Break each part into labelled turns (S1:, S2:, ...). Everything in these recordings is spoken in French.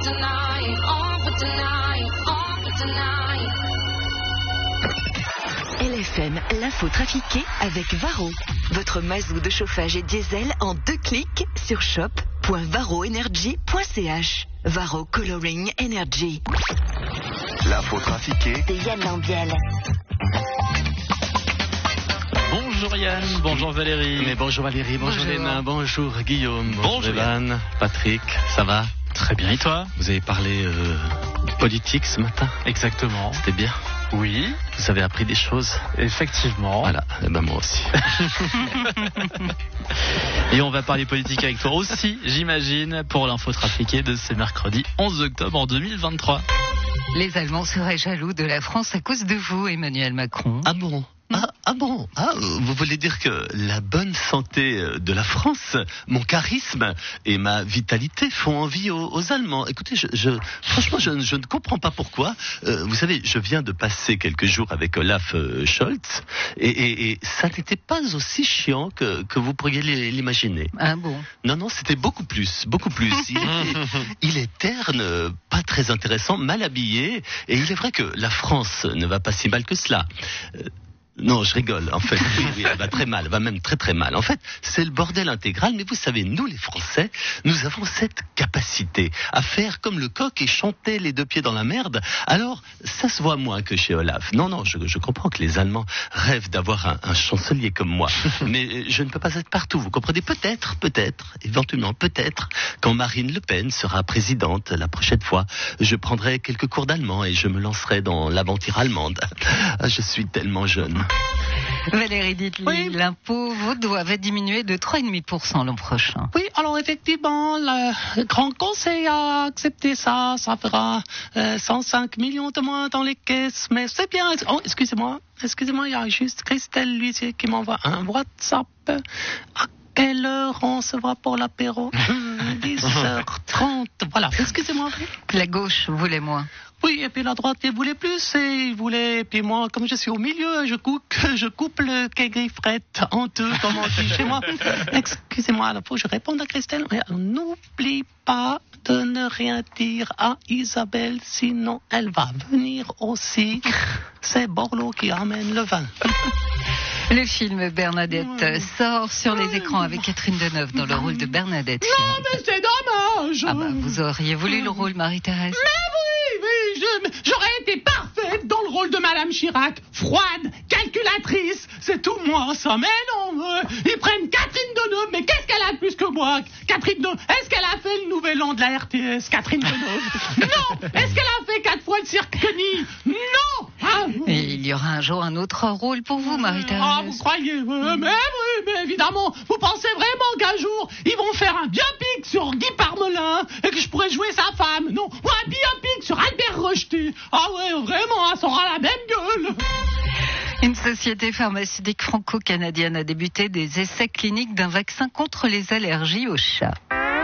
S1: tonight, on for tonight, on for tonight.
S2: LFM, l'info trafiquée avec Varro. Votre mazou de chauffage et diesel en 2 clics sur shop.varroenergy.ch. Varro Coloring Energy.
S3: L'info trafiquée
S2: De Yann Lambiel.
S4: Bonjour Yann, bonjour Valérie.
S5: Mais bonjour Valérie, bonjour Léna, bonjour Guillaume,
S4: Bonjour
S5: Evan, Patrick, ça va?
S4: Très bien, et toi?
S5: Vous avez parlé politique ce matin?
S4: Exactement.
S5: C'était bien.
S4: Oui,
S5: Vous avez appris des choses?
S4: effectivement.
S5: Voilà, et ben moi aussi.
S4: Et on va parler politique avec toi aussi, j'imagine, pour l'info trafiquée de ce mercredi 11 octobre 2023.
S6: Les Allemands seraient jaloux de la France à cause de vous, Emmanuel Macron.
S5: Ah bon? Vous voulez dire que la bonne santé de la France, mon charisme et ma vitalité font envie aux Allemands. Écoutez, franchement, je ne comprends pas pourquoi. Vous savez, je viens de passer quelques jours avec Olaf Scholz et ça n'était pas aussi chiant que vous pourriez l'imaginer.
S6: Ah bon?
S5: Non, c'était beaucoup plus. Il est terne, pas très intéressant, mal habillé, et il est vrai que la France ne va pas si mal que cela. Non, je rigole, en fait. Oui, elle va très mal, elle va même très très mal. En fait, c'est le bordel intégral, mais vous savez, nous les Français, nous avons cette capacité à faire comme le coq et chanter les 2 pieds dans la merde. Alors, ça se voit moins que chez Olaf. Non, je comprends que les Allemands rêvent d'avoir un chancelier comme moi. Mais je ne peux pas être partout, vous comprenez? Peut-être, éventuellement, quand Marine Le Pen sera présidente la prochaine fois, je prendrai quelques cours d'allemand et je me lancerai dans l'aventure allemande. Je suis tellement jeune.
S6: Valérie, dites-lui,
S7: Oui.
S6: l'impôt vaudois va diminuer de 3,5% l'an prochain.
S7: Oui, alors effectivement, le Grand Conseil a accepté ça. Ça fera 105 millions de moins dans les caisses. Mais c'est bien. Oh, excusez-moi, il y a juste Christelle Lucier qui m'envoie un WhatsApp. À quelle heure on se voit pour l'apéro? 10h30. Voilà, excusez-moi.
S6: La gauche voulait moins.
S7: Oui, et puis la droite, il voulait plus, et il voulait, et puis moi, comme je suis au milieu, je coupe le quai-griffrette en deux, comme on dit chez moi. Excusez-moi, il faut que je réponde à Christelle. N'oublie pas de ne rien dire à Isabelle, sinon elle va venir aussi. C'est Borloo qui amène le vin.
S6: Le film Bernadette sort sur les écrans avec Catherine Deneuve dans le rôle de Bernadette.
S7: Non, mais c'est dommage.
S6: Ah bah, vous auriez voulu le rôle, Marie-Thérèse?
S7: J'aurais été parfaite dans le rôle de Madame Chirac, froide, calculatrice, c'est tout moi ça, mais non, ils prennent Catherine Deneuve, mais qu'est-ce qu'elle a de plus que moi? Catherine Deneuve, est-ce qu'elle a fait le nouvel an de la RTS, Catherine Deneuve? Non. Est-ce qu'elle a fait 4 fois le cirque Kenny? Non.
S6: Et il y aura un jour un autre rôle pour vous, Marie-Thérèse.
S7: Ah, vous croyez? Mais oui, mais évidemment, vous pensez vraiment qu'un jour, ils vont faire un biopic sur Guy Parmelin et que je pourrais jouer sa femme? Non, ou un biopic sur Albert Rocheté. Ah ouais, vraiment, ça aura la même gueule.
S6: Une société pharmaceutique franco-canadienne a débuté des essais cliniques d'un vaccin contre les allergies aux chats.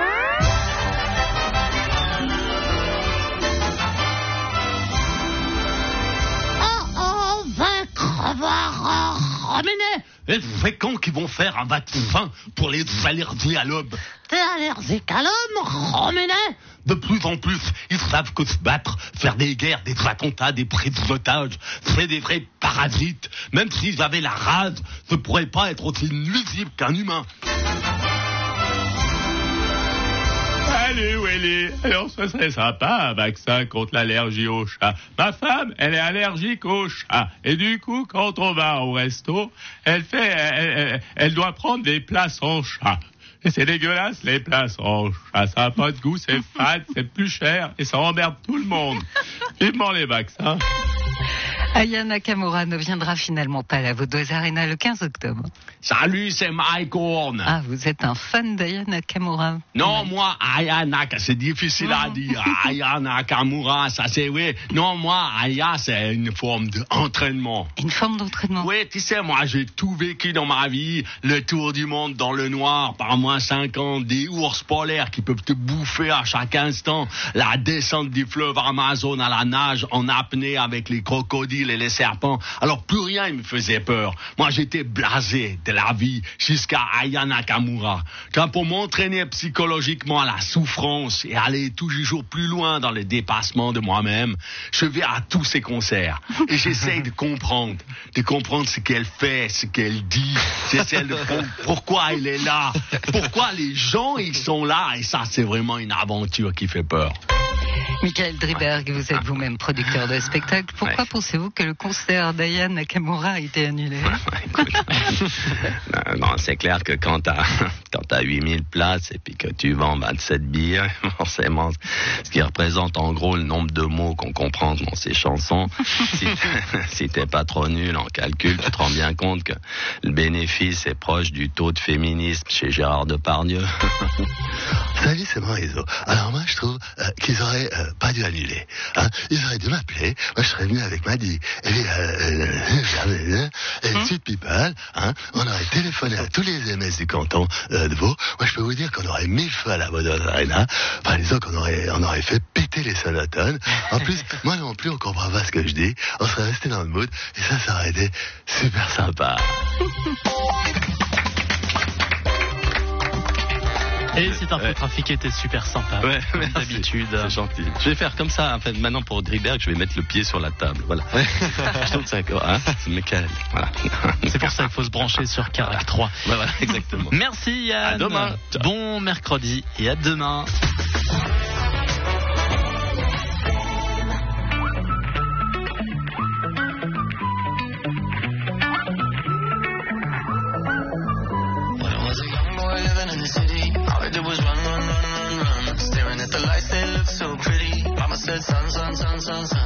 S5: Et c'est quand qu'ils vont faire un vaccin pour les allergies à l'aube?
S7: T'es allergique à l'homme, Roménet?
S5: De plus en plus, ils savent que se battre, faire des guerres, des attentats, des prises d'otages, c'est des vrais parasites. Même s'ils avaient la rage, ce pourrait pas être aussi nuisible qu'un humain.
S8: Allez, Willy, alors ce serait sympa un vaccin contre l'allergie aux chats. Ma femme, elle est allergique aux chats. Et du coup, quand on va au resto, elle doit prendre des plats sans chat. Et c'est dégueulasse, les plats sans chat. Ça n'a pas de goût, c'est fade, c'est plus cher et ça emmerde tout le monde. Vivement les vaccins.
S6: Aya Nakamura ne viendra finalement pas à la Vaudoise Arena le 15 octobre.
S5: Salut, c'est Mike Horn.
S6: Ah, vous êtes un fan d'Aya Nakamura?
S5: Non, moi, Aya Nakamura, c'est difficile à dire. Aya Nakamura, ça c'est oui. Non, moi, Aya, c'est une forme d'entraînement.
S6: Une forme d'entraînement?
S5: Oui, tu sais, moi, j'ai tout vécu dans ma vie. Le tour du monde dans le noir, par moins 50, des ours polaires qui peuvent te bouffer à chaque instant, la descente du fleuve Amazon à la nage en apnée avec les crocodiles
S9: crocodiles et les serpents. Alors plus rien ne me faisait peur. Moi, j'étais blasé de la vie jusqu'à Aya Nakamura. Quand pour m'entraîner psychologiquement à la souffrance et aller toujours plus loin dans le dépassement de moi-même, je vais à tous ces concerts et j'essaye de comprendre ce qu'elle fait, ce qu'elle dit. J'essaie de comprendre pourquoi elle est là, pourquoi les gens ils sont là, et ça c'est vraiment une aventure qui fait peur.
S6: Michael Driberg, vous êtes vous-même producteur de spectacle. Pourquoi pensez-vous que le concert d'Aya Nakamura a été annulé?
S5: Écoute, non, c'est clair que quand t'as 8000 places et puis que tu vends 27 billets, forcément, ce qui représente en gros le nombre de mots qu'on comprend dans ces chansons, si t'es pas trop nul en calcul, tu te rends bien compte que le bénéfice est proche du taux de féminisme chez Gérard Depardieu.
S10: Salut, c'est Moïse. Alors moi, je trouve qu'ils auraient pas dû annuler. Hein. Ils auraient dû m'appeler. Moi, je serais venu avec Maddy. Et Sud People. Hein. On aurait téléphoné à tous les MS du canton de Vaud. Moi, je peux vous dire qu'on aurait mis le feu à la Modos Arena. Enfin, disons qu'on aurait fait péter les sonotones. En plus, moi non plus, on comprend pas ce que je dis. On serait resté dans le mood. Et ça aurait été super sympa.
S4: Et cet infotrafic était super sympa.
S5: Ouais,
S4: comme
S5: merci.
S4: d'habitude.
S5: C'est gentil. Je vais faire comme ça. En fait, maintenant pour Driberg, je vais mettre le pied sur la table. Voilà. Je trouve ça quoi, hein. C'est Michael. Voilà.
S4: C'est pour ça qu'il faut se brancher sur Carac 3.
S5: Ouais, voilà, exactement.
S4: Merci Yann.
S5: À demain. Ciao.
S4: Bon mercredi et à demain.
S11: It was run, staring at the lights, they look so pretty. Mama said, son, son, son, son, son.